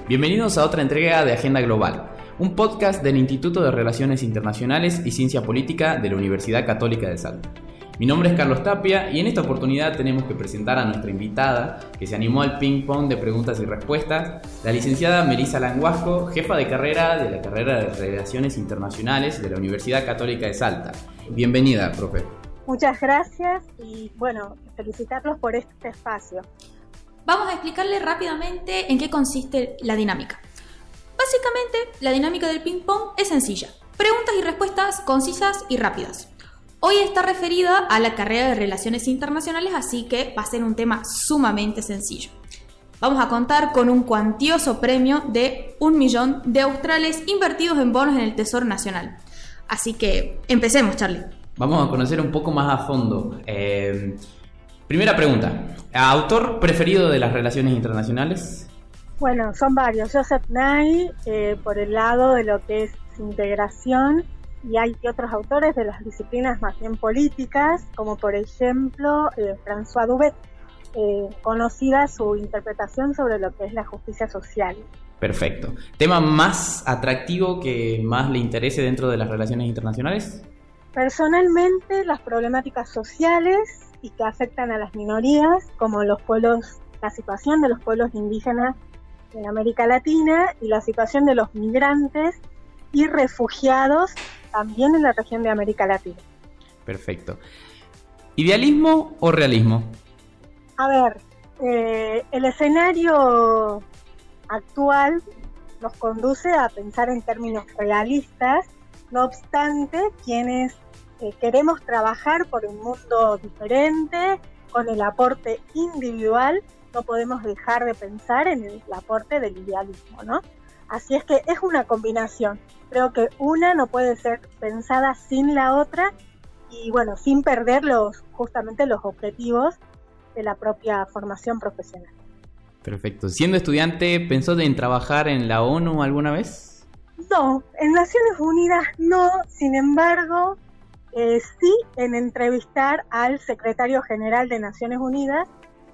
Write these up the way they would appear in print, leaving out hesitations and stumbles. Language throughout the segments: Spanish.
Bienvenidos a otra entrega de Agenda Global, un podcast del Instituto de Relaciones Internacionales y Ciencia Política de la Universidad Católica de Salta. Mi nombre es Carlos Tapia y en esta oportunidad tenemos que presentar a nuestra invitada que se animó al ping-pong de preguntas y respuestas, la licenciada Melissa Languasco, jefa de carrera de la carrera de Relaciones Internacionales de la Universidad Católica de Salta. Bienvenida, profe. Muchas gracias y bueno, felicitarlos por este espacio. Vamos a explicarle rápidamente en qué consiste la dinámica. Básicamente, la dinámica del ping-pong es sencilla. Preguntas y respuestas concisas y rápidas. Hoy está referida a la carrera de Relaciones Internacionales, así que va a ser un tema sumamente sencillo. Vamos a contar con un cuantioso premio de $1 millón invertidos en bonos en el Tesoro Nacional. Así que empecemos, Charlie. Vamos a conocer un poco más a fondo. Primera pregunta. ¿Autor preferido de las relaciones internacionales? Bueno, son varios. Joseph Nye, por el lado de lo que es integración, y hay otros autores de las disciplinas más bien políticas, como por ejemplo François Dubet, conocida su interpretación sobre lo que es la justicia social. Perfecto. ¿Tema más atractivo que más le interese dentro de las relaciones internacionales? Personalmente, las problemáticas sociales y que afectan a las minorías, como los pueblos, la situación de los pueblos indígenas en América Latina y la situación de los migrantes y refugiados también en la región de América Latina. Perfecto. ¿Idealismo o realismo? A ver, el escenario actual nos conduce a pensar en términos realistas. No obstante, quienes queremos trabajar por un mundo diferente, con el aporte individual, no podemos dejar de pensar en el aporte del idealismo, ¿no? Así es que es una combinación. Creo que una no puede ser pensada sin la otra y, bueno, sin perder justamente los objetivos de la propia formación profesional. Perfecto. Siendo estudiante, ¿pensó en trabajar en la ONU alguna vez? No, en Naciones Unidas no, sin embargo, sí en entrevistar al secretario general de Naciones Unidas,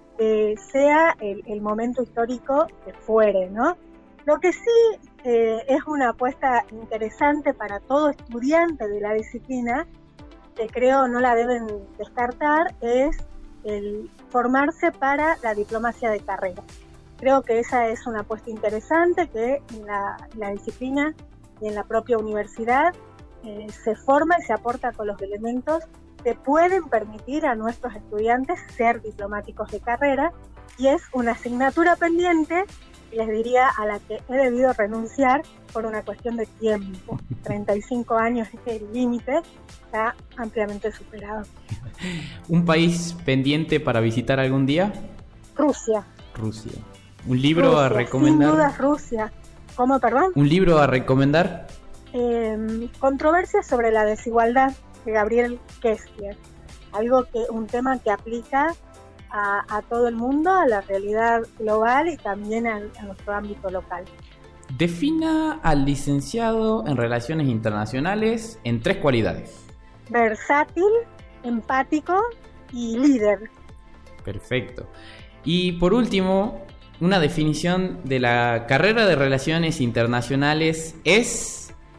sea el momento histórico que fuere, ¿no? Lo que sí es una apuesta interesante para todo estudiante de la disciplina, que creo no la deben descartar, es el formarse para la diplomacia de carrera. Creo que esa es una apuesta interesante que en la disciplina y en la propia universidad se forma y se aporta con los elementos que pueden permitir a nuestros estudiantes ser diplomáticos de carrera, y es una asignatura pendiente, les diría, a la que he debido renunciar por una cuestión de tiempo. 35 años es el límite, está ampliamente superado. ¿Un país pendiente para visitar algún día? Rusia. ¿Un libro Rusia, a recomendar? Sin duda Rusia. ¿Cómo, perdón? ¿Un libro a recomendar? Controversias sobre la desigualdad, de Gabriel Kessler. Un tema que aplica a todo el mundo, a la realidad global y también a nuestro ámbito local. Defina al licenciado en Relaciones Internacionales en 3 cualidades. Versátil, empático y líder. Perfecto. Y por último, una definición de la carrera de Relaciones Internacionales es...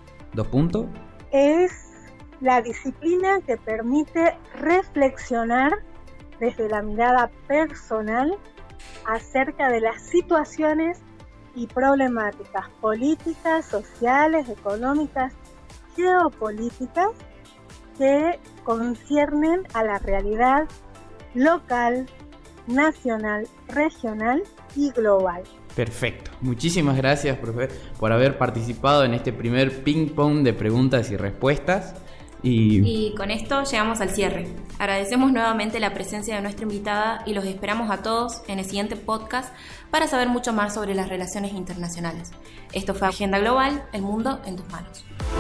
Es la disciplina que permite reflexionar desde la mirada personal acerca de las situaciones y problemáticas políticas, sociales, económicas, geopolíticas que conciernen a la realidad local, nacional, regional y global. Perfecto. Muchísimas gracias, profe, por haber participado en este primer ping-pong de preguntas y respuestas. Y con esto llegamos al cierre. Agradecemos nuevamente la presencia de nuestra invitada y los esperamos a todos en el siguiente podcast para saber mucho más sobre las relaciones internacionales. Esto fue Agenda Global, el mundo en tus manos.